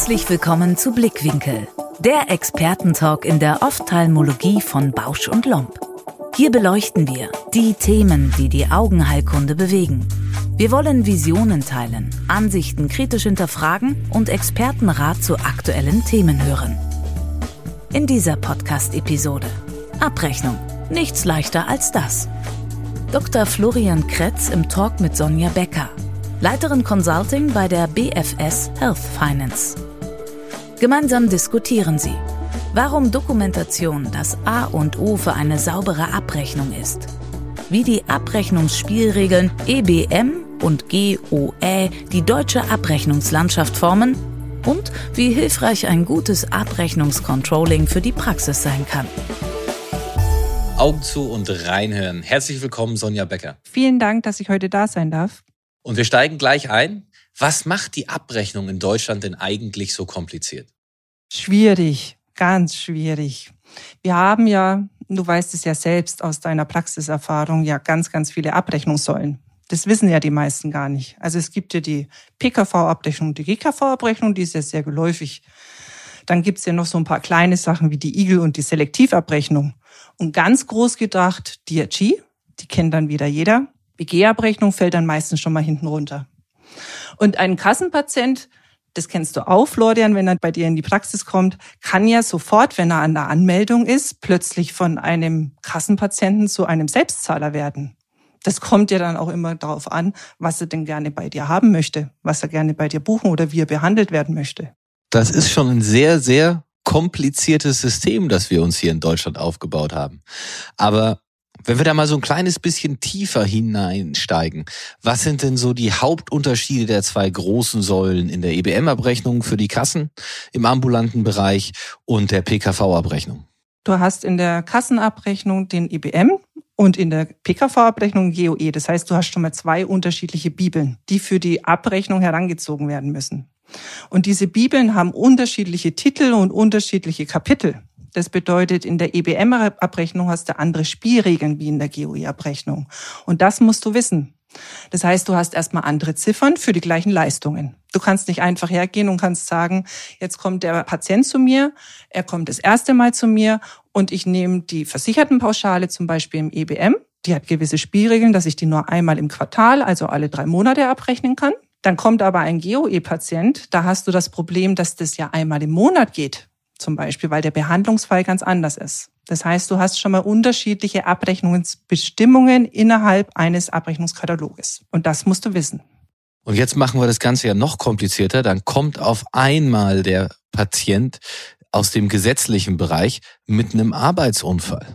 Herzlich willkommen zu Blickwinkel, der Expertentalk in der Ophthalmologie von Bausch & Lomb. Hier beleuchten wir die Themen, die die Augenheilkunde bewegen. Wir wollen Visionen teilen, Ansichten kritisch hinterfragen und Expertenrat zu aktuellen Themen hören. In dieser Podcast-Episode: Abrechnung, nichts leichter als das. Dr. Florian Kretz im Talk mit Sonja Becker, Leiterin Consulting bei der BFS Health Finance. Gemeinsam diskutieren sie, warum Dokumentation das A und O für eine saubere Abrechnung ist, wie die Abrechnungsspielregeln EBM und GOE die deutsche Abrechnungslandschaft formen und wie hilfreich ein gutes Abrechnungscontrolling für die Praxis sein kann. Augen zu und reinhören. Herzlich willkommen, Sonja Becker. Vielen Dank, dass ich heute da sein darf. Und wir steigen gleich ein. Was macht die Abrechnung in Deutschland denn eigentlich so kompliziert? Schwierig, ganz schwierig. Wir haben ja, du weißt es ja selbst aus deiner Praxiserfahrung, ja ganz viele Abrechnungssäulen. Das wissen ja die meisten gar nicht. Also es gibt ja die PKV-Abrechnung, die GKV-Abrechnung, die ist ja sehr geläufig. Dann gibt's ja noch so ein paar kleine Sachen wie die Igel- und die Selektivabrechnung. Und ganz groß gedacht, DRG, die kennt dann wieder jeder. BG-Abrechnung fällt dann meistens schon mal hinten runter. Und ein Kassenpatient, das kennst du auch, Florian, wenn er bei dir in die Praxis kommt, kann ja sofort, wenn er an der Anmeldung ist, plötzlich von einem Kassenpatienten zu einem Selbstzahler werden. Das kommt ja dann auch immer darauf an, was er denn gerne bei dir haben möchte, was er gerne bei dir buchen oder wie er behandelt werden möchte. Das ist schon ein sehr, sehr kompliziertes System, das wir uns hier in Deutschland aufgebaut haben. Aber wenn wir da mal so ein kleines bisschen tiefer hineinsteigen, was sind denn so die Hauptunterschiede der zwei großen Säulen in der EBM-Abrechnung für die Kassen im ambulanten Bereich und der PKV-Abrechnung? Du hast in der Kassenabrechnung den EBM und in der PKV-Abrechnung GOE. Das heißt, du hast schon mal zwei unterschiedliche Bibeln, die für die Abrechnung herangezogen werden müssen. Und diese Bibeln haben unterschiedliche Titel und unterschiedliche Kapitel. Das bedeutet, in der EBM-Abrechnung hast du andere Spielregeln wie in der GOE-Abrechnung. Und das musst du wissen. Das heißt, du hast erstmal andere Ziffern für die gleichen Leistungen. Du kannst nicht einfach hergehen und kannst sagen, jetzt kommt der Patient zu mir, er kommt das erste Mal zu mir und ich nehme die Versichertenpauschale zum Beispiel im EBM. Die hat gewisse Spielregeln, dass ich die nur einmal im Quartal, also alle 3 Monate abrechnen kann. Dann kommt aber ein GOE-Patient, da hast du das Problem, dass das ja einmal im Monat geht. Zum Beispiel, weil der Behandlungsfall ganz anders ist. Das heißt, du hast schon mal unterschiedliche Abrechnungsbestimmungen innerhalb eines Abrechnungskataloges. Und das musst du wissen. Und jetzt machen wir das Ganze ja noch komplizierter. Dann kommt auf einmal der Patient aus dem gesetzlichen Bereich mit einem Arbeitsunfall.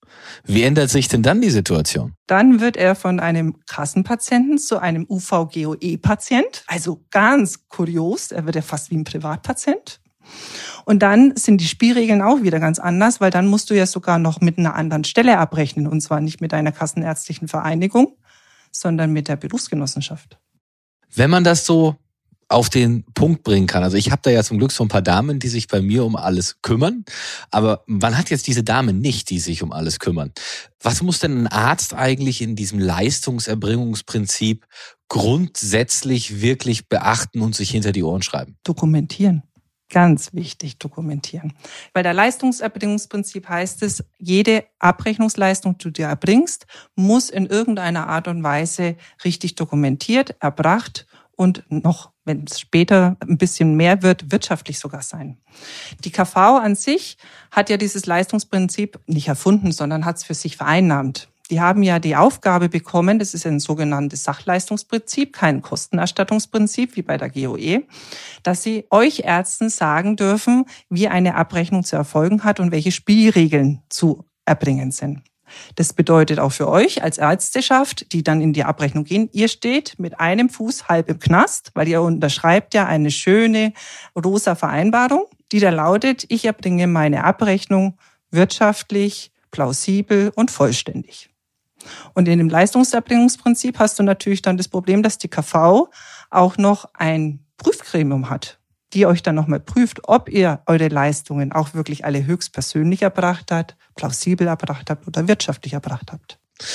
Wie ändert sich denn dann die Situation? Dann wird er von einem Kassenpatienten zu einem UV-GOE-Patient. Also ganz kurios, er wird ja fast wie ein Privatpatient. Und dann sind die Spielregeln auch wieder ganz anders, weil dann musst du ja sogar noch mit einer anderen Stelle abrechnen. Und zwar nicht mit einer kassenärztlichen Vereinigung, sondern mit der Berufsgenossenschaft. Wenn man das so auf den Punkt bringen kann, also ich habe da ja zum Glück so ein paar Damen, die sich bei mir um alles kümmern, aber man hat jetzt diese Damen nicht, die sich um alles kümmern. Was muss denn ein Arzt eigentlich in diesem Leistungserbringungsprinzip grundsätzlich wirklich beachten und sich hinter die Ohren schreiben? Dokumentieren. Ganz wichtig, dokumentieren. Bei der Leistungserbringungsprinzip heißt es, jede Abrechnungsleistung, die du erbringst, muss in irgendeiner Art und Weise richtig dokumentiert, erbracht und noch, wenn es später ein bisschen mehr wird, wirtschaftlich sogar sein. Die KV an sich hat ja dieses Leistungsprinzip nicht erfunden, sondern hat es für sich vereinnahmt. Die haben ja die Aufgabe bekommen, das ist ein sogenanntes Sachleistungsprinzip, kein Kostenerstattungsprinzip wie bei der GOE, dass sie euch Ärzten sagen dürfen, wie eine Abrechnung zu erfolgen hat und welche Spielregeln zu erbringen sind. Das bedeutet auch für euch als Ärzteschaft, die dann in die Abrechnung gehen, ihr steht mit einem Fuß halb im Knast, weil ihr unterschreibt ja eine schöne rosa Vereinbarung, die da lautet, ich erbringe meine Abrechnung wirtschaftlich, plausibel und vollständig. Und in dem Leistungserbringungsprinzip hast du natürlich dann das Problem, dass die KV auch noch ein Prüfgremium hat, die euch dann nochmal prüft, ob ihr eure Leistungen auch wirklich alle höchstpersönlich erbracht habt, plausibel erbracht habt oder wirtschaftlich erbracht habt.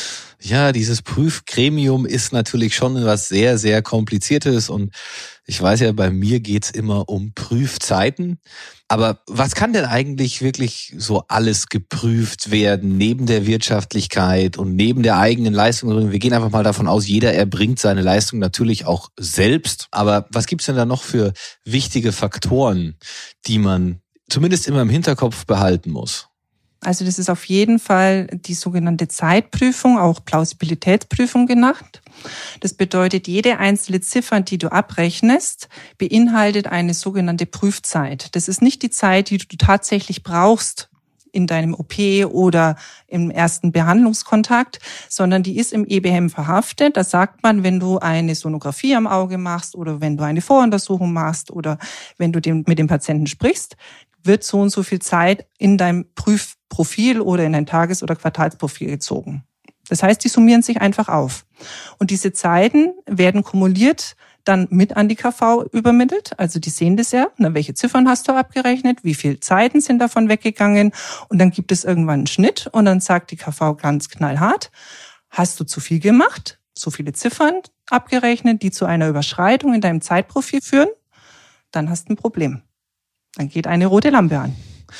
Ja, dieses Prüfgremium ist natürlich schon was sehr, sehr Kompliziertes und ich weiß ja, bei mir geht's immer um Prüfzeiten. Aber was kann denn eigentlich wirklich so alles geprüft werden, neben der Wirtschaftlichkeit und neben der eigenen Leistung? Wir gehen einfach mal davon aus, jeder erbringt seine Leistung natürlich auch selbst. Aber was gibt's denn da noch für wichtige Faktoren, die man zumindest immer im Hinterkopf behalten muss? Also das ist auf jeden Fall die sogenannte Zeitprüfung, auch Plausibilitätsprüfung genannt. Das bedeutet, jede einzelne Ziffer, die du abrechnest, beinhaltet eine sogenannte Prüfzeit. Das ist nicht die Zeit, die du tatsächlich brauchst in deinem OP oder im ersten Behandlungskontakt, sondern die ist im EBM verhaftet. Da sagt man, wenn du eine Sonographie am Auge machst oder wenn du eine Voruntersuchung machst oder wenn du mit dem Patienten sprichst, wird so und so viel Zeit in deinem Prüfprofil oder in dein Tages- oder Quartalsprofil gezogen. Das heißt, die summieren sich einfach auf. Und diese Zeiten werden kumuliert dann mit an die KV übermittelt. Also die sehen das ja. Welche Ziffern hast du abgerechnet? Wie viele Zeiten sind davon weggegangen? Und dann gibt es irgendwann einen Schnitt und dann sagt die KV ganz knallhart, hast du zu viel gemacht? So viele Ziffern abgerechnet, die zu einer Überschreitung in deinem Zeitprofil führen? Dann hast du ein Problem. Dann geht eine rote Lampe an.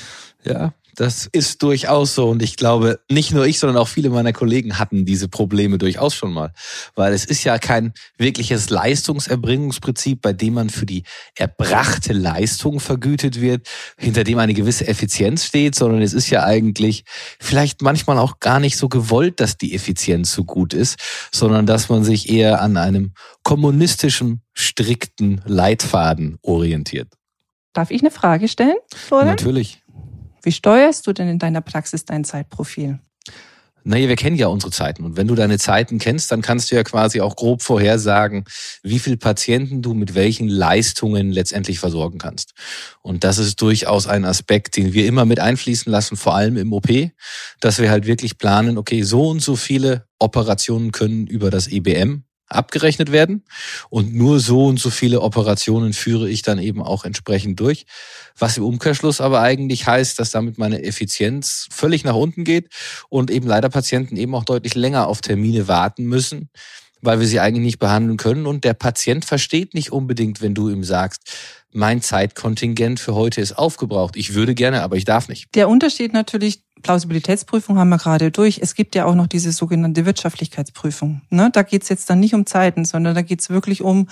Ja, das ist durchaus so. Und ich glaube, nicht nur ich, sondern auch viele meiner Kollegen hatten diese Probleme durchaus schon mal. Weil es ist ja kein wirkliches Leistungserbringungsprinzip, bei dem man für die erbrachte Leistung vergütet wird, hinter dem eine gewisse Effizienz steht, sondern es ist ja eigentlich vielleicht manchmal auch gar nicht so gewollt, dass die Effizienz so gut ist, sondern dass man sich eher an einem kommunistischen, strikten Leitfaden orientiert. Darf ich eine Frage stellen, Florian? Natürlich. Wie steuerst du denn in deiner Praxis dein Zeitprofil? Naja, wir kennen ja unsere Zeiten. Und wenn du deine Zeiten kennst, dann kannst du ja quasi auch grob vorhersagen, wie viele Patienten du mit welchen Leistungen letztendlich versorgen kannst. Und das ist durchaus ein Aspekt, den wir immer mit einfließen lassen, vor allem im OP, dass wir halt wirklich planen, okay, so und so viele Operationen können über das EBM abgerechnet werden und nur so und so viele Operationen führe ich dann eben auch entsprechend durch, was im Umkehrschluss aber eigentlich heißt, dass damit meine Effizienz völlig nach unten geht und eben leider Patienten eben auch deutlich länger auf Termine warten müssen, weil wir sie eigentlich nicht behandeln können und der Patient versteht nicht unbedingt, wenn du ihm sagst, mein Zeitkontingent für heute ist aufgebraucht. Ich würde gerne, aber ich darf nicht. Der Unterschied natürlich, Plausibilitätsprüfung haben wir gerade durch. Es gibt ja auch noch diese sogenannte Wirtschaftlichkeitsprüfung. Da geht es jetzt dann nicht um Zeiten, sondern da geht es wirklich um,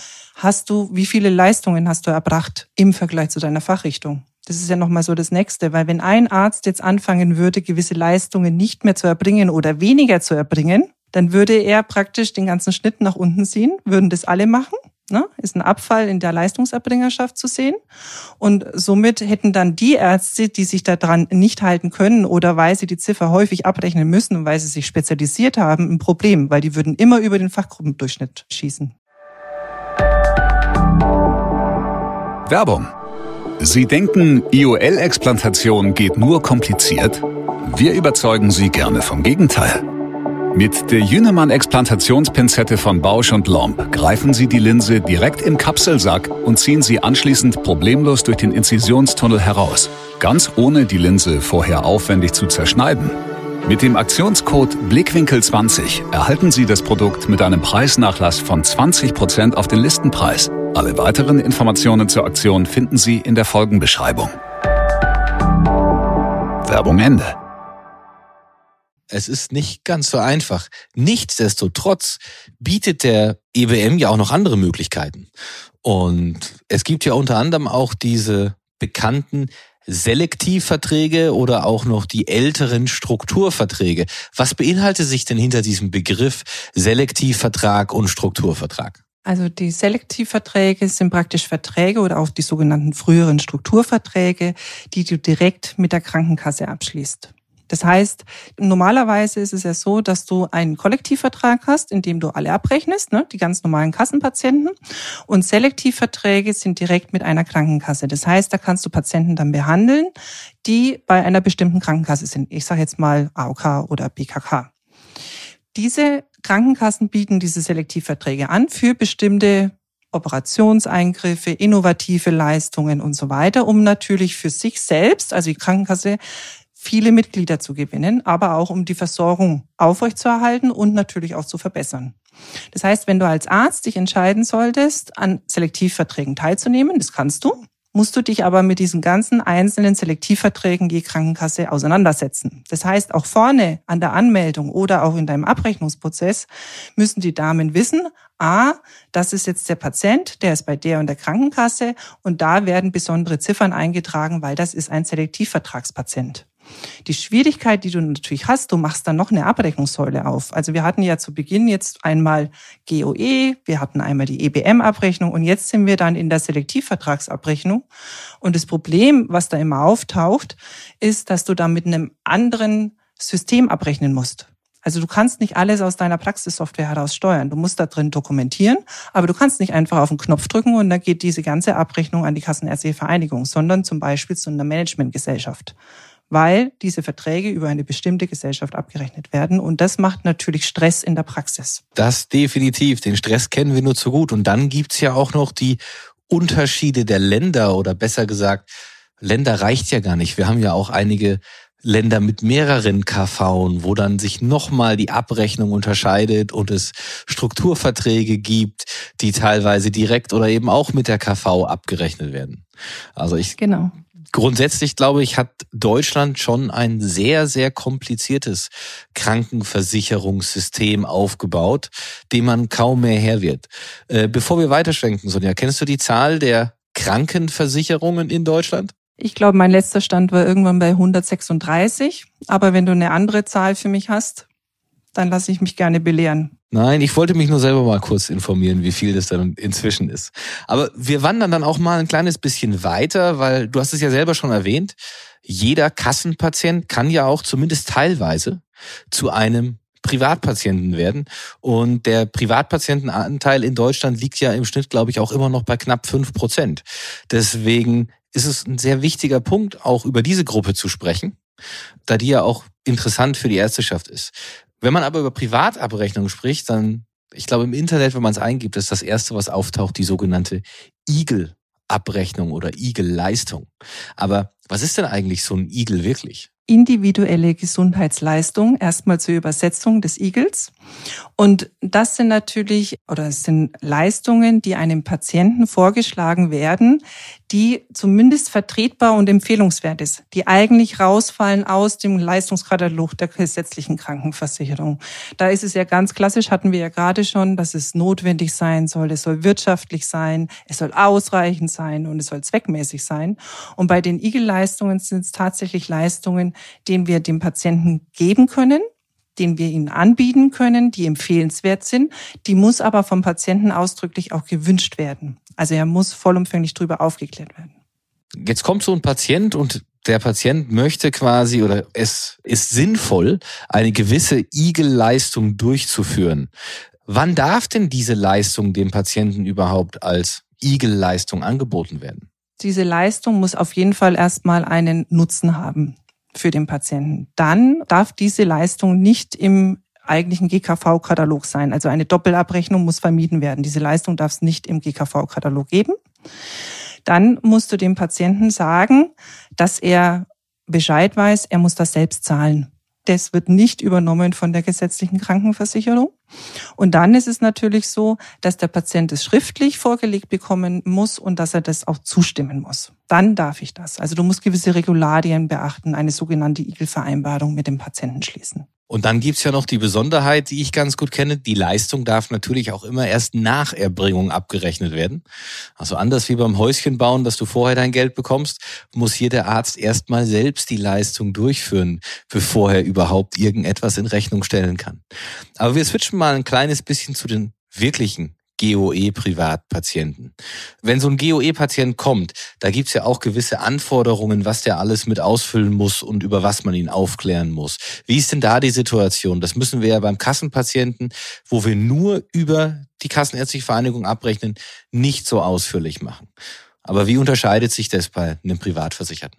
wie viele Leistungen hast du erbracht im Vergleich zu deiner Fachrichtung. Das ist ja nochmal so das Nächste, weil wenn ein Arzt jetzt anfangen würde, gewisse Leistungen nicht mehr zu erbringen oder weniger zu erbringen, dann würde er praktisch den ganzen Schnitt nach unten ziehen, würden das alle machen. Ist ein Abfall in der Leistungserbringerschaft zu sehen. Und somit hätten dann die Ärzte, die sich daran nicht halten können oder weil sie die Ziffer häufig abrechnen müssen und weil sie sich spezialisiert haben, ein Problem, weil die würden immer über den Fachgruppendurchschnitt schießen. Werbung. Sie denken, IOL-Explantation geht nur kompliziert? Wir überzeugen Sie gerne vom Gegenteil. Mit der Jünemann-Explantationspinzette von Bausch & Lomb greifen Sie die Linse direkt im Kapselsack und ziehen sie anschließend problemlos durch den Inzisionstunnel heraus, ganz ohne die Linse vorher aufwendig zu zerschneiden. Mit dem Aktionscode Blickwinkel20 erhalten Sie das Produkt mit einem Preisnachlass von 20% auf den Listenpreis. Alle weiteren Informationen zur Aktion finden Sie in der Folgenbeschreibung. Werbung Ende. Es ist nicht ganz so einfach. Nichtsdestotrotz bietet der EBM ja auch noch andere Möglichkeiten. Und es gibt ja unter anderem auch diese bekannten Selektivverträge oder auch noch die älteren Strukturverträge. Was beinhaltet sich denn hinter diesem Begriff Selektivvertrag und Strukturvertrag? Also die Selektivverträge sind praktisch Verträge oder auch die sogenannten früheren Strukturverträge, die du direkt mit der Krankenkasse abschließt. Das heißt, normalerweise ist es ja so, dass du einen Kollektivvertrag hast, in dem du alle abrechnest, die ganz normalen Kassenpatienten. Und Selektivverträge sind direkt mit einer Krankenkasse. Das heißt, da kannst du Patienten dann behandeln, die bei einer bestimmten Krankenkasse sind. Ich sage jetzt mal AOK oder BKK. Diese Krankenkassen bieten diese Selektivverträge an für bestimmte Operationseingriffe, innovative Leistungen und so weiter, um natürlich für sich selbst, also die Krankenkasse, viele Mitglieder zu gewinnen, aber auch um die Versorgung aufrechtzuerhalten und natürlich auch zu verbessern. Das heißt, wenn du als Arzt dich entscheiden solltest, an Selektivverträgen teilzunehmen, das kannst du, musst du dich aber mit diesen ganzen einzelnen Selektivverträgen je Krankenkasse auseinandersetzen. Das heißt, auch vorne an der Anmeldung oder auch in deinem Abrechnungsprozess müssen die Damen wissen, das ist jetzt der Patient, der ist bei der und der Krankenkasse und da werden besondere Ziffern eingetragen, weil das ist ein Selektivvertragspatient. Die Schwierigkeit, die du natürlich hast, du machst dann noch eine Abrechnungssäule auf. Also wir hatten ja zu Beginn jetzt einmal GOE, wir hatten einmal die EBM-Abrechnung und jetzt sind wir dann in der Selektivvertragsabrechnung. Und das Problem, was da immer auftaucht, ist, dass du da mit einem anderen System abrechnen musst. Also du kannst nicht alles aus deiner Praxissoftware heraus steuern. Du musst da drin dokumentieren, aber du kannst nicht einfach auf den Knopf drücken und dann geht diese ganze Abrechnung an die Kassenärztliche Vereinigung, sondern zum Beispiel zu einer Managementgesellschaft, weil diese Verträge über eine bestimmte Gesellschaft abgerechnet werden. Und das macht natürlich Stress in der Praxis. Das definitiv. Den Stress kennen wir nur zu gut. Und dann gibt's ja auch noch die Unterschiede der Länder oder besser gesagt, Länder reicht ja gar nicht. Wir haben ja auch einige Länder mit mehreren KV, wo dann sich nochmal die Abrechnung unterscheidet und es Strukturverträge gibt, die teilweise direkt oder eben auch mit der KV abgerechnet werden. Also grundsätzlich glaube ich, hat Deutschland schon ein sehr, sehr kompliziertes Krankenversicherungssystem aufgebaut, dem man kaum mehr Herr wird. Bevor wir weiterschwenken, Sonja, kennst du die Zahl der Krankenversicherungen in Deutschland? Ich glaube, mein letzter Stand war irgendwann bei 136. Aber wenn du eine andere Zahl für mich hast, dann lasse ich mich gerne belehren. Nein, ich wollte mich nur selber mal kurz informieren, wie viel das dann inzwischen ist. Aber wir wandern dann auch mal ein kleines bisschen weiter, weil du hast es ja selber schon erwähnt, jeder Kassenpatient kann ja auch zumindest teilweise zu einem Privatpatienten werden. Und der Privatpatientenanteil in Deutschland liegt ja im Schnitt, glaube ich, auch immer noch bei knapp 5%. Deswegen ist es ein sehr wichtiger Punkt, auch über diese Gruppe zu sprechen, da die ja auch interessant für die Ärzteschaft ist. Wenn man aber über Privatabrechnung spricht, dann, ich glaube im Internet, wenn man es eingibt, ist das Erste, was auftaucht, die sogenannte IGEL-Abrechnung oder IGEL-Leistung. Aber was ist denn eigentlich so ein IGEL wirklich? Individuelle Gesundheitsleistung, erstmal zur Übersetzung des IGELs. Und das sind es sind Leistungen, die einem Patienten vorgeschlagen werden, die zumindest vertretbar und empfehlungswert ist, die eigentlich rausfallen aus dem Leistungskatalog der gesetzlichen Krankenversicherung. Da ist es ja ganz klassisch, hatten wir ja gerade schon, dass es notwendig sein soll, es soll wirtschaftlich sein, es soll ausreichend sein und es soll zweckmäßig sein. Und bei den IGEL-Leistungen sind es tatsächlich Leistungen, den wir dem Patienten geben können, den wir ihnen anbieten können, die empfehlenswert sind. Die muss aber vom Patienten ausdrücklich auch gewünscht werden. Also er muss vollumfänglich darüber aufgeklärt werden. Jetzt kommt so ein Patient und der Patient möchte quasi oder es ist sinnvoll, eine gewisse IGEL-Leistung durchzuführen. Wann darf denn diese Leistung dem Patienten überhaupt als IGEL-Leistung angeboten werden? Diese Leistung muss auf jeden Fall erstmal einen Nutzen haben für den Patienten. Dann darf diese Leistung nicht im eigentlichen GKV-Katalog sein. Also eine Doppelabrechnung muss vermieden werden. Diese Leistung darf es nicht im GKV-Katalog geben. Dann musst du dem Patienten sagen, dass er Bescheid weiß, er muss das selbst zahlen. Das wird nicht übernommen von der gesetzlichen Krankenversicherung. Und dann ist es natürlich so, dass der Patient es schriftlich vorgelegt bekommen muss und dass er das auch zustimmen muss. Dann darf ich das. Also du musst gewisse Regularien beachten, eine sogenannte IGEL-Vereinbarung mit dem Patienten schließen. Und dann gibt's ja noch die Besonderheit, die ich ganz gut kenne. Die Leistung darf natürlich auch immer erst nach Erbringung abgerechnet werden. Also anders wie beim Häuschenbauen, dass du vorher dein Geld bekommst, muss hier der Arzt erstmal selbst die Leistung durchführen, bevor er überhaupt irgendetwas in Rechnung stellen kann. Aber wir switchen mal ein kleines bisschen zu den wirklichen GOE-Privatpatienten. Wenn so ein GOE-Patient kommt, da gibt's ja auch gewisse Anforderungen, was der alles mit ausfüllen muss und über was man ihn aufklären muss. Wie ist denn da die Situation? Das müssen wir ja beim Kassenpatienten, wo wir nur über die Kassenärztliche Vereinigung abrechnen, nicht so ausführlich machen. Aber wie unterscheidet sich das bei einem Privatversicherten?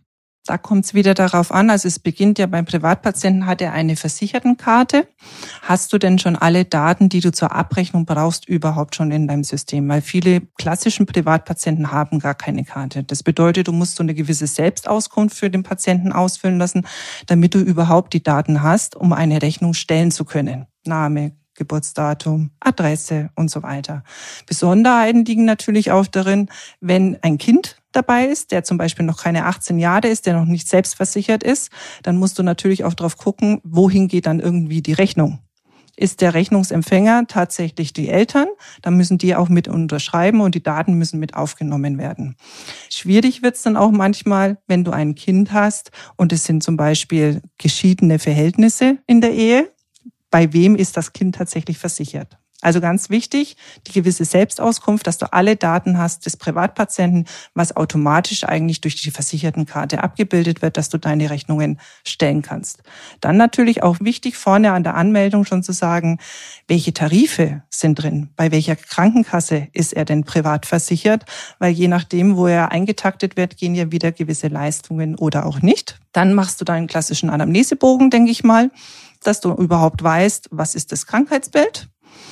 Da kommt es wieder darauf an, also es beginnt ja beim Privatpatienten, hat er eine Versichertenkarte. Hast du denn schon alle Daten, die du zur Abrechnung brauchst, überhaupt schon in deinem System? Weil viele klassischen Privatpatienten haben gar keine Karte. Das bedeutet, du musst so eine gewisse Selbstauskunft für den Patienten ausfüllen lassen, damit du überhaupt die Daten hast, um eine Rechnung stellen zu können. Name, Geburtsdatum, Adresse und so weiter. Besonderheiten liegen natürlich auch darin, wenn ein Kind dabei ist, der zum Beispiel noch keine 18 Jahre ist, der noch nicht selbstversichert ist, dann musst du natürlich auch drauf gucken, wohin geht dann irgendwie die Rechnung. Ist der Rechnungsempfänger tatsächlich die Eltern, dann müssen die auch mit unterschreiben und die Daten müssen mit aufgenommen werden. Schwierig wird's dann auch manchmal, wenn du ein Kind hast und es sind zum Beispiel geschiedene Verhältnisse in der Ehe. Bei wem ist das Kind tatsächlich versichert? Also ganz wichtig, die gewisse Selbstauskunft, dass du alle Daten hast des Privatpatienten, was automatisch eigentlich durch die Versichertenkarte abgebildet wird, dass du deine Rechnungen stellen kannst. Dann natürlich auch wichtig, vorne an der Anmeldung schon zu sagen, welche Tarife sind drin, bei welcher Krankenkasse ist er denn privat versichert, weil je nachdem, wo er eingetaktet wird, gehen ja wieder gewisse Leistungen oder auch nicht. Dann machst du deinen klassischen Anamnesebogen, denke ich mal, dass du überhaupt weißt, was ist das Krankheitsbild.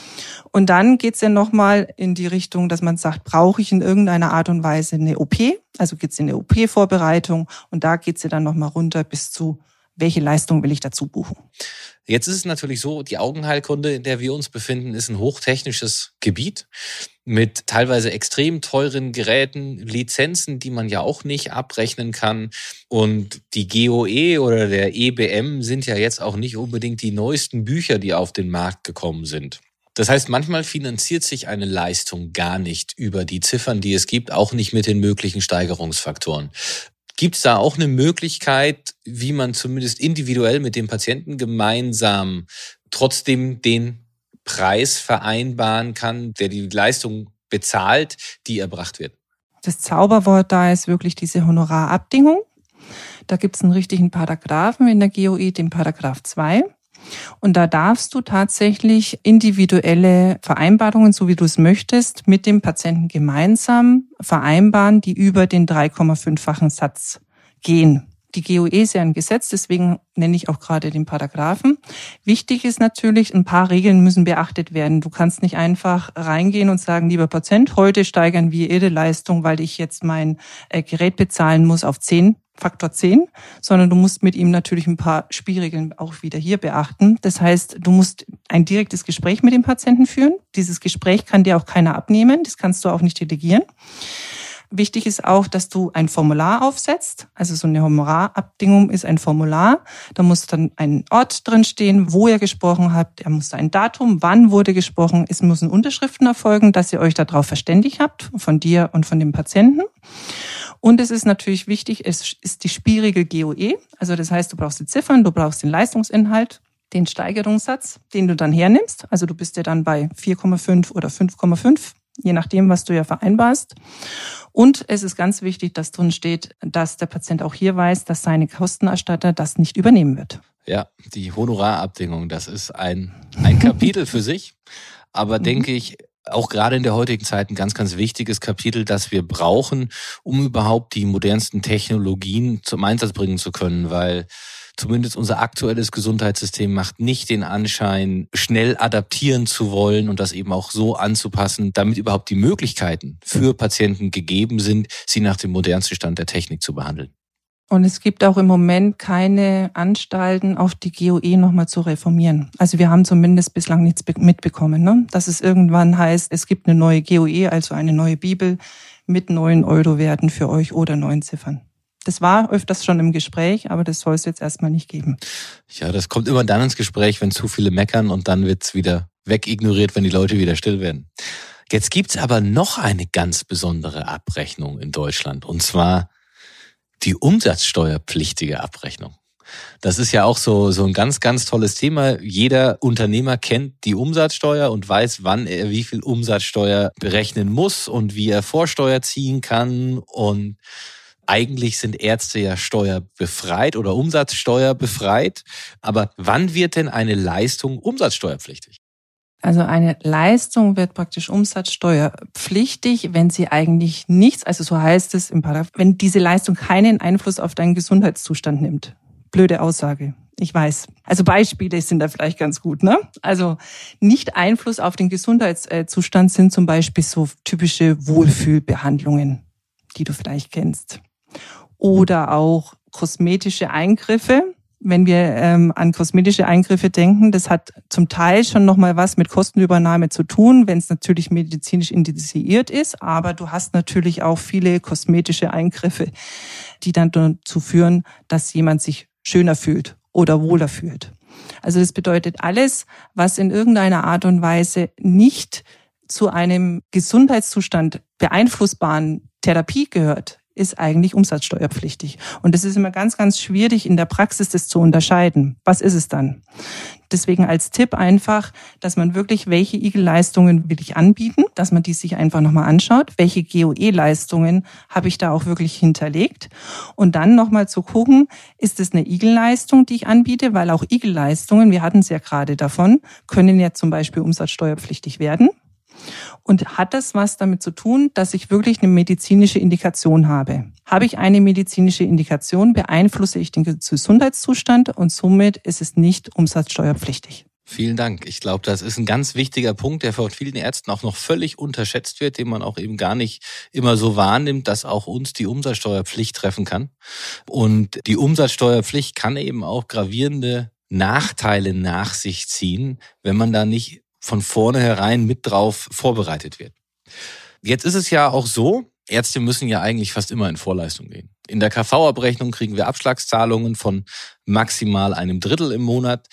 Und dann geht's ja nochmal in die Richtung, dass man sagt, brauche ich in irgendeiner Art und Weise eine OP? Also geht's in eine OP-Vorbereitung und da geht's ja dann nochmal runter bis zu, welche Leistung will ich dazu buchen? Jetzt ist es natürlich so, die Augenheilkunde, in der wir uns befinden, ist ein hochtechnisches Gebiet mit teilweise extrem teuren Geräten, Lizenzen, die man ja auch nicht abrechnen kann. Und die GOE oder der EBM sind ja jetzt auch nicht unbedingt die neuesten Bücher, die auf den Markt gekommen sind. Das heißt, manchmal finanziert sich eine Leistung gar nicht über die Ziffern, die es gibt, auch nicht mit den möglichen Steigerungsfaktoren. Gibt es da auch eine Möglichkeit, wie man zumindest individuell mit dem Patienten gemeinsam trotzdem den Preis vereinbaren kann, der die Leistung bezahlt, die erbracht wird? Das Zauberwort da ist wirklich diese Honorarabdingung. Da gibt es einen richtigen Paragraphen in der GOE, den Paragraph 2. Und da darfst du tatsächlich individuelle Vereinbarungen, so wie du es möchtest, mit dem Patienten gemeinsam vereinbaren, die über den 3,5-fachen Satz gehen. Die GOE ist ja ein Gesetz, deswegen nenne ich auch gerade den Paragraphen. Wichtig ist natürlich, ein paar Regeln müssen beachtet werden. Du kannst nicht einfach reingehen und sagen, lieber Patient, heute steigern wir Ihre Leistung, weil ich jetzt mein Gerät bezahlen muss auf 10, Faktor 10, sondern du musst mit ihm natürlich ein paar Spielregeln auch wieder hier beachten. Das heißt, du musst ein direktes Gespräch mit dem Patienten führen. Dieses Gespräch kann dir auch keiner abnehmen, das kannst du auch nicht delegieren. Wichtig ist auch, dass du ein Formular aufsetzt. Also so eine Honorarabdingung ist ein Formular. Da muss dann ein Ort drin stehen, wo ihr gesprochen habt. Er muss ein Datum, wann wurde gesprochen. Es müssen Unterschriften erfolgen, dass ihr euch darauf verständigt habt, von dir und von dem Patienten. Und es ist natürlich wichtig, es ist die Spielregel GOE. Also das heißt, du brauchst die Ziffern, du brauchst den Leistungsinhalt, den Steigerungssatz, den du dann hernimmst. Also du bist ja dann bei 4,5 oder 5,5, je nachdem, was du ja vereinbarst. Und es ist ganz wichtig, dass drin steht, dass der Patient auch hier weiß, dass seine Kostenerstatter das nicht übernehmen wird. Ja, die Honorarabdingung, das ist ein Kapitel für sich. Aber denke ich, auch gerade in der heutigen Zeit ein ganz, ganz wichtiges Kapitel, das wir brauchen, um überhaupt die modernsten Technologien zum Einsatz bringen zu können, weil zumindest unser aktuelles Gesundheitssystem macht nicht den Anschein, schnell adaptieren zu wollen und das eben auch so anzupassen, damit überhaupt die Möglichkeiten für Patienten gegeben sind, sie nach dem modernsten Stand der Technik zu behandeln. Und es gibt auch im Moment keine Anstalten, auch die GOE nochmal zu reformieren. Also wir haben zumindest bislang nichts mitbekommen, ne? Dass es irgendwann heißt, es gibt eine neue GOE, also eine neue Bibel mit neuen Euro-Werten für euch oder neuen Ziffern. Das war öfters schon im Gespräch, aber das soll es jetzt erstmal nicht geben. Ja, das kommt immer dann ins Gespräch, wenn zu viele meckern und dann wird's wieder wegignoriert, wenn die Leute wieder still werden. Jetzt gibt's aber noch eine ganz besondere Abrechnung in Deutschland, und zwar die umsatzsteuerpflichtige Abrechnung. Das ist ja auch so ein ganz, ganz tolles Thema. Jeder Unternehmer kennt die Umsatzsteuer und weiß, wann er wie viel Umsatzsteuer berechnen muss und wie er Vorsteuer ziehen kann. Und eigentlich sind Ärzte ja steuerbefreit oder umsatzsteuerbefreit. Aber wann wird denn eine Leistung umsatzsteuerpflichtig? Also eine Leistung wird praktisch umsatzsteuerpflichtig, wenn sie eigentlich nichts, also so heißt es im Paragraph, wenn diese Leistung keinen Einfluss auf deinen Gesundheitszustand nimmt. Blöde Aussage. Ich weiß. Also Beispiele sind da vielleicht ganz gut, ne? Also nicht Einfluss auf den Gesundheitszustand sind zum Beispiel so typische Wohlfühlbehandlungen, die du vielleicht kennst. Oder auch kosmetische Eingriffe. Wenn wir an kosmetische Eingriffe denken, das hat zum Teil schon nochmal was mit Kostenübernahme zu tun, wenn es natürlich medizinisch indiziert ist. Aber du hast natürlich auch viele kosmetische Eingriffe, die dann dazu führen, dass jemand sich schöner fühlt oder wohler fühlt. Also das bedeutet alles, was in irgendeiner Art und Weise nicht zu einem Gesundheitszustand beeinflussbaren Therapie gehört, ist eigentlich umsatzsteuerpflichtig. Und das ist immer ganz, ganz schwierig in der Praxis, das zu unterscheiden. Was ist es dann? Deswegen als Tipp einfach, dass man wirklich, welche IGEL-Leistungen will ich anbieten, dass man die sich einfach nochmal anschaut. Welche GOE-Leistungen habe ich da auch wirklich hinterlegt? Und dann nochmal zu gucken, ist es eine IGEL-Leistung, die ich anbiete? Weil auch IGEL-Leistungen, wir hatten es ja gerade davon, können ja zum Beispiel umsatzsteuerpflichtig werden. Und hat das was damit zu tun, dass ich wirklich eine medizinische Indikation habe? Habe ich eine medizinische Indikation, beeinflusse ich den Gesundheitszustand und somit ist es nicht umsatzsteuerpflichtig. Vielen Dank. Ich glaube, das ist ein ganz wichtiger Punkt, der von vielen Ärzten auch noch völlig unterschätzt wird, den man auch eben gar nicht immer so wahrnimmt, dass auch uns die Umsatzsteuerpflicht treffen kann. Und die Umsatzsteuerpflicht kann eben auch gravierende Nachteile nach sich ziehen, wenn man da nicht von vornherein mit drauf vorbereitet wird. Jetzt ist es ja auch so, Ärzte müssen ja eigentlich fast immer in Vorleistung gehen. In der KV-Abrechnung kriegen wir Abschlagszahlungen von maximal 1/3 im Monat.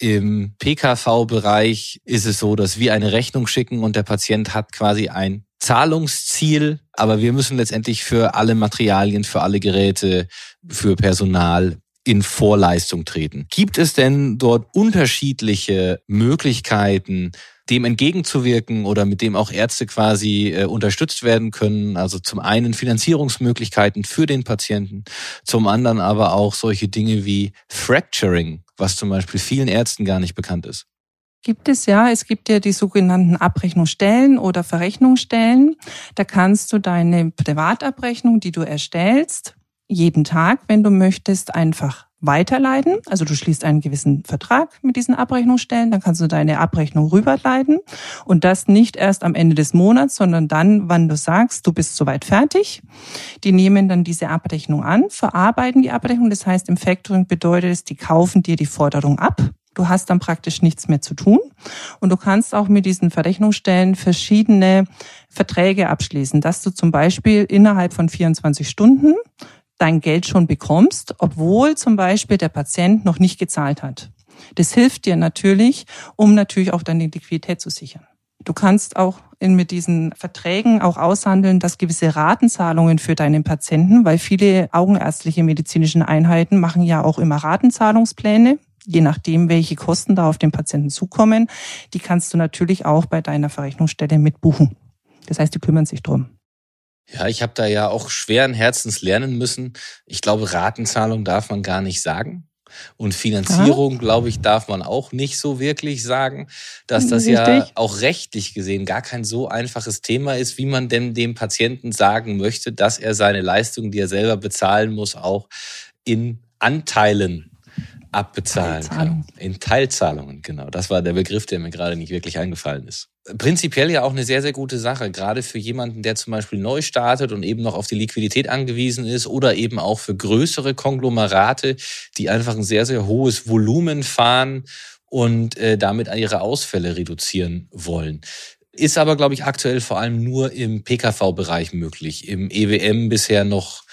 Im PKV-Bereich ist es so, dass wir eine Rechnung schicken und der Patient hat quasi ein Zahlungsziel, aber wir müssen letztendlich für alle Materialien, für alle Geräte, für Personal in Vorleistung treten. Gibt es denn dort unterschiedliche Möglichkeiten, dem entgegenzuwirken oder mit dem auch Ärzte quasi unterstützt werden können? Also zum einen Finanzierungsmöglichkeiten für den Patienten, zum anderen aber auch solche Dinge wie Fracturing, was zum Beispiel vielen Ärzten gar nicht bekannt ist. Gibt es ja. Es gibt ja die sogenannten Abrechnungsstellen oder Verrechnungsstellen. Da kannst du deine Privatabrechnung, die du erstellst, jeden Tag, wenn du möchtest, einfach weiterleiten. Also du schließt einen gewissen Vertrag mit diesen Abrechnungsstellen, dann kannst du deine Abrechnung rüberleiten und das nicht erst am Ende des Monats, sondern dann, wann du sagst, du bist soweit fertig. Die nehmen dann diese Abrechnung an, verarbeiten die Abrechnung. Das heißt, im Factoring bedeutet es, die kaufen dir die Forderung ab. Du hast dann praktisch nichts mehr zu tun und du kannst auch mit diesen Verrechnungsstellen verschiedene Verträge abschließen, dass du zum Beispiel innerhalb von 24 Stunden dein Geld schon bekommst, obwohl zum Beispiel der Patient noch nicht gezahlt hat. Das hilft dir natürlich, um natürlich auch deine Liquidität zu sichern. Du kannst auch mit diesen Verträgen auch aushandeln, dass gewisse Ratenzahlungen für deinen Patienten, weil viele augenärztliche medizinischen Einheiten machen ja auch immer Ratenzahlungspläne, je nachdem, welche Kosten da auf den Patienten zukommen. Die kannst du natürlich auch bei deiner Verrechnungsstelle mitbuchen. Das heißt, die kümmern sich drum. Ja, ich habe da ja auch schweren Herzens lernen müssen. Ich glaube, Ratenzahlung darf man gar nicht sagen. Und Finanzierung, glaube ich, darf man auch nicht so wirklich sagen, dass das ja auch rechtlich gesehen gar kein so einfaches Thema ist, wie man denn dem Patienten sagen möchte, dass er seine Leistung, die er selber bezahlen muss, auch in Anteilen abbezahlen kann. In Teilzahlungen, genau. Das war der Begriff, der mir gerade nicht wirklich eingefallen ist. Prinzipiell ja auch eine sehr, sehr gute Sache, gerade für jemanden, der zum Beispiel neu startet und eben noch auf die Liquidität angewiesen ist oder eben auch für größere Konglomerate, die einfach ein sehr, sehr hohes Volumen fahren und damit ihre Ausfälle reduzieren wollen. Ist aber, glaube ich, aktuell vor allem nur im PKV-Bereich möglich, im EWM bisher noch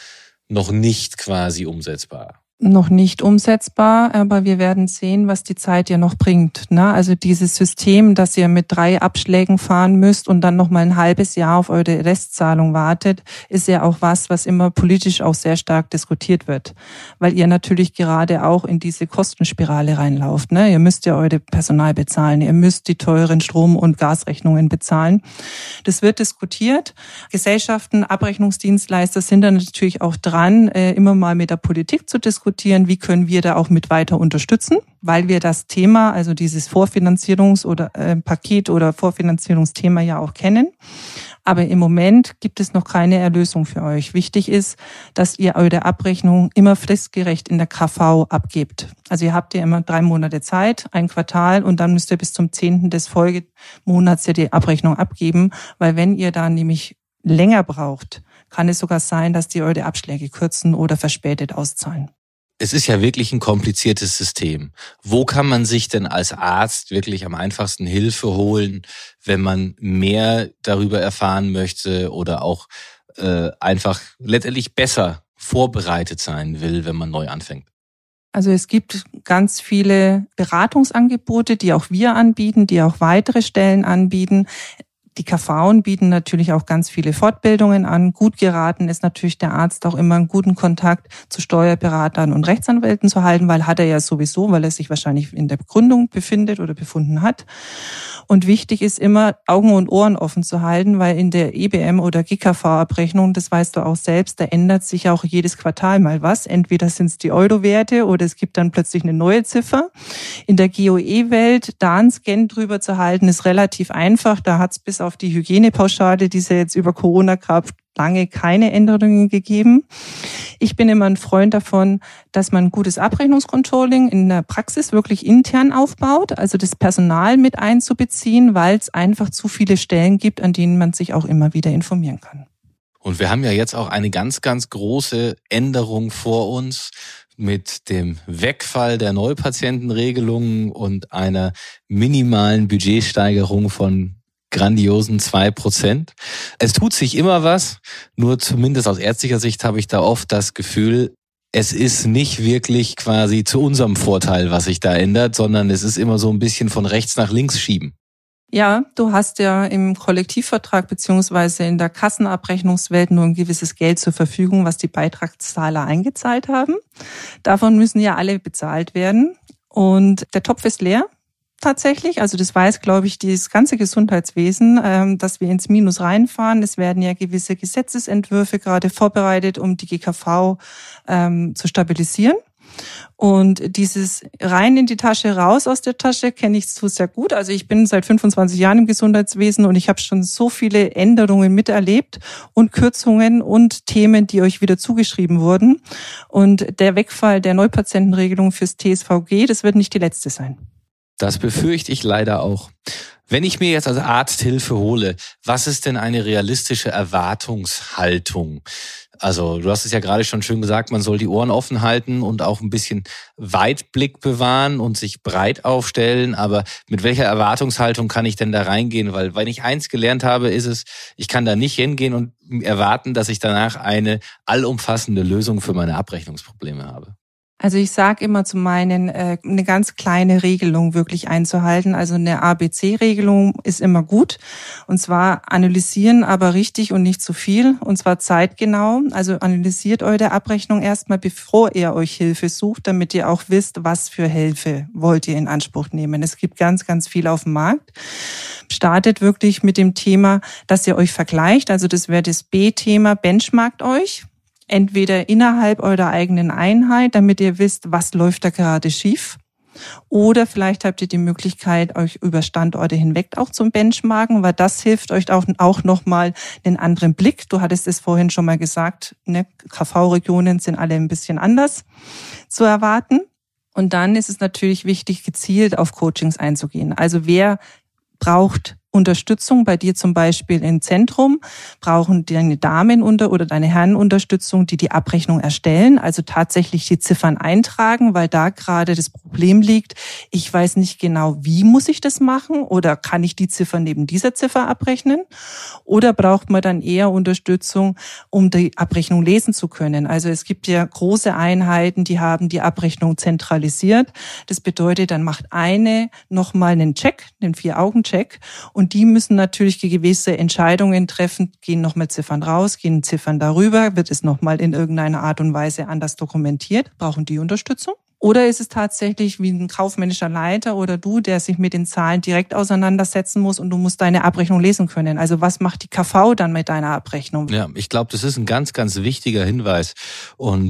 nicht quasi umsetzbar. Noch nicht umsetzbar, aber wir werden sehen, was die Zeit ja noch bringt. Also dieses System, dass ihr mit 3 Abschlägen fahren müsst und dann noch mal ein halbes Jahr auf eure Restzahlung wartet, ist ja auch was immer politisch auch sehr stark diskutiert wird. Weil ihr natürlich gerade auch in diese Kostenspirale reinlauft. Ihr müsst ja eure Personal bezahlen, ihr müsst die teuren Strom- und Gasrechnungen bezahlen. Das wird diskutiert. Gesellschaften, Abrechnungsdienstleister sind dann natürlich auch dran, immer mal mit der Politik zu diskutieren, diskutieren, wie können wir da auch mit weiter unterstützen, weil wir das Thema, also dieses Vorfinanzierungs- oder Paket oder Vorfinanzierungsthema ja auch kennen. Aber im Moment gibt es noch keine Erlösung für euch. Wichtig ist, dass ihr eure Abrechnung immer fristgerecht in der KV abgebt. Also ihr habt ja immer 3 Monate Zeit, ein Quartal, und dann müsst ihr bis zum 10. des Folgemonats ja die Abrechnung abgeben, weil wenn ihr da nämlich länger braucht, kann es sogar sein, dass die eure Abschläge kürzen oder verspätet auszahlen. Es ist ja wirklich ein kompliziertes System. Wo kann man sich denn als Arzt wirklich am einfachsten Hilfe holen, wenn man mehr darüber erfahren möchte oder auch einfach letztendlich besser vorbereitet sein will, wenn man neu anfängt? Also es gibt ganz viele Beratungsangebote, die auch wir anbieten, die auch weitere Stellen anbieten. Die KVen bieten natürlich auch ganz viele Fortbildungen an. Gut geraten ist natürlich der Arzt auch immer einen guten Kontakt zu Steuerberatern und Rechtsanwälten zu halten, weil hat er ja sowieso, weil er sich wahrscheinlich in der Begründung befindet oder befunden hat. Und wichtig ist immer, Augen und Ohren offen zu halten, weil in der EBM oder GKV-Abrechnung, das weißt du auch selbst, da ändert sich auch jedes Quartal mal was. Entweder sind es die Euro-Werte oder es gibt dann plötzlich eine neue Ziffer. In der GOE-Welt, da einen Scan drüber zu halten, ist relativ einfach. Da hat es bis auf die Hygienepauschale, die es ja jetzt über Corona gab, lange keine Änderungen gegeben. Ich bin immer ein Freund davon, dass man ein gutes Abrechnungscontrolling in der Praxis wirklich intern aufbaut, also das Personal mit einzubeziehen, weil es einfach zu viele Stellen gibt, an denen man sich auch immer wieder informieren kann. Und wir haben ja jetzt auch eine ganz, ganz große Änderung vor uns mit dem Wegfall der Neupatientenregelungen und einer minimalen Budgetsteigerung von grandiosen 2%. Es tut sich immer was, nur zumindest aus ärztlicher Sicht habe ich da oft das Gefühl, es ist nicht wirklich quasi zu unserem Vorteil, was sich da ändert, sondern es ist immer so ein bisschen von rechts nach links schieben. Ja, du hast ja im Kollektivvertrag beziehungsweise in der Kassenabrechnungswelt nur ein gewisses Geld zur Verfügung, was die Beitragszahler eingezahlt haben. Davon müssen ja alle bezahlt werden und der Topf ist leer. Tatsächlich, also das weiß, glaube ich, das ganze Gesundheitswesen, dass wir ins Minus reinfahren. Es werden ja gewisse Gesetzesentwürfe gerade vorbereitet, um die GKV zu stabilisieren. Und dieses rein in die Tasche, raus aus der Tasche kenne ich so sehr gut. Also ich bin seit 25 Jahren im Gesundheitswesen und ich habe schon so viele Änderungen miterlebt und Kürzungen und Themen, die euch wieder zugeschrieben wurden. Und der Wegfall der Neupatientenregelung fürs TSVG, das wird nicht die letzte sein. Das befürchte ich leider auch. Wenn ich mir jetzt als Arzt Hilfe hole, was ist denn eine realistische Erwartungshaltung? Also du hast es ja gerade schon schön gesagt, man soll die Ohren offen halten und auch ein bisschen Weitblick bewahren und sich breit aufstellen. Aber mit welcher Erwartungshaltung kann ich denn da reingehen? Weil wenn ich eins gelernt habe, ist es, ich kann da nicht hingehen und erwarten, dass ich danach eine allumfassende Lösung für meine Abrechnungsprobleme habe. Also ich sage immer zu meinen, eine ganz kleine Regelung wirklich einzuhalten. Also eine ABC-Regelung ist immer gut. Und zwar analysieren, aber richtig und nicht zu viel. Und zwar zeitgenau. Also analysiert eure Abrechnung erstmal, bevor ihr euch Hilfe sucht, damit ihr auch wisst, was für Hilfe wollt ihr in Anspruch nehmen. Es gibt ganz, ganz viel auf dem Markt. Startet wirklich mit dem Thema, dass ihr euch vergleicht. Also das wäre das B-Thema, benchmarkt euch. Entweder innerhalb eurer eigenen Einheit, damit ihr wisst, was läuft da gerade schief. Oder vielleicht habt ihr die Möglichkeit, euch über Standorte hinweg auch zum Benchmarken, weil das hilft euch auch nochmal einen anderen Blick. Du hattest es vorhin schon mal gesagt, ne? KV-Regionen sind alle ein bisschen anders zu erwarten. Und dann ist es natürlich wichtig, gezielt auf Coachings einzugehen. Also wer braucht Unterstützung bei dir zum Beispiel im Zentrum, brauchen deine Damen oder deine Herren Unterstützung, die die Abrechnung erstellen, also tatsächlich die Ziffern eintragen, weil da gerade das Problem liegt, ich weiß nicht genau, wie muss ich das machen oder kann ich die Ziffer neben dieser Ziffer abrechnen oder braucht man dann eher Unterstützung, um die Abrechnung lesen zu können. Also es gibt ja große Einheiten, die haben die Abrechnung zentralisiert. Das bedeutet, dann macht eine nochmal einen Check, einen 4-Augen-Check. Und die müssen natürlich gewisse Entscheidungen treffen, gehen nochmal Ziffern raus, gehen Ziffern darüber, wird es nochmal in irgendeiner Art und Weise anders dokumentiert, brauchen die Unterstützung? Oder ist es tatsächlich wie ein kaufmännischer Leiter oder du, der sich mit den Zahlen direkt auseinandersetzen muss und du musst deine Abrechnung lesen können? Also was macht die KV dann mit deiner Abrechnung? Ja, ich glaube, das ist ein ganz, ganz wichtiger Hinweis. Und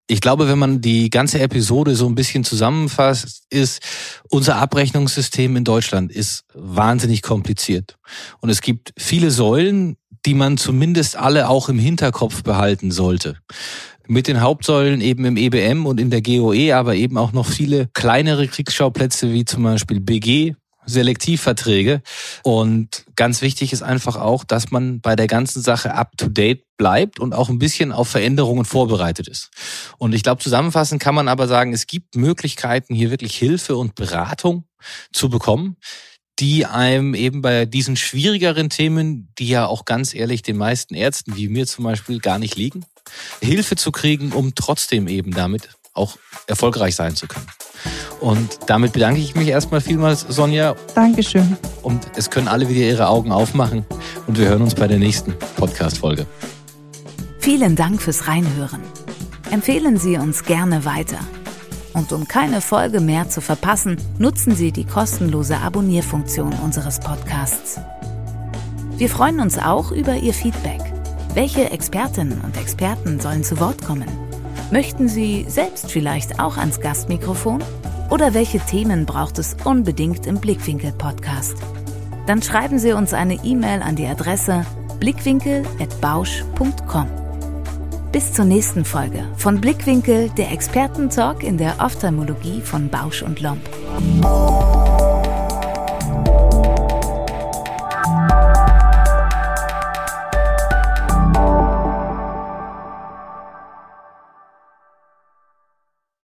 Ich glaube, wenn man die ganze Episode so ein bisschen zusammenfasst, ist unser Abrechnungssystem in Deutschland ist wahnsinnig kompliziert. Und es gibt viele Säulen, die man zumindest alle auch im Hinterkopf behalten sollte. Mit den Hauptsäulen eben im EBM und in der GOE, aber eben auch noch viele kleinere Kriegsschauplätze wie zum Beispiel BG, Selektivverträge. Und ganz wichtig ist einfach auch, dass man bei der ganzen Sache up-to-date bleibt und auch ein bisschen auf Veränderungen vorbereitet ist. Und ich glaube, zusammenfassend kann man aber sagen, es gibt Möglichkeiten, hier wirklich Hilfe und Beratung zu bekommen, die einem eben bei diesen schwierigeren Themen, die ja auch ganz ehrlich den meisten Ärzten, wie mir zum Beispiel, gar nicht liegen, Hilfe zu kriegen, um trotzdem eben damit auch erfolgreich sein zu können. Und damit bedanke ich mich erstmal vielmals, Sonja. Dankeschön. Und es können alle wieder ihre Augen aufmachen und wir hören uns bei der nächsten Podcast-Folge. Vielen Dank fürs Reinhören. Empfehlen Sie uns gerne weiter. Und um keine Folge mehr zu verpassen, nutzen Sie die kostenlose Abonnierfunktion unseres Podcasts. Wir freuen uns auch über Ihr Feedback. Welche Expertinnen und Experten sollen zu Wort kommen? Möchten Sie selbst vielleicht auch ans Gastmikrofon? Oder welche Themen braucht es unbedingt im Blickwinkel-Podcast? Dann schreiben Sie uns eine E-Mail an die Adresse blickwinkel@bausch.com. Bis zur nächsten Folge von Blickwinkel, der Expertentalk in der Ophthalmologie von Bausch und Lomb.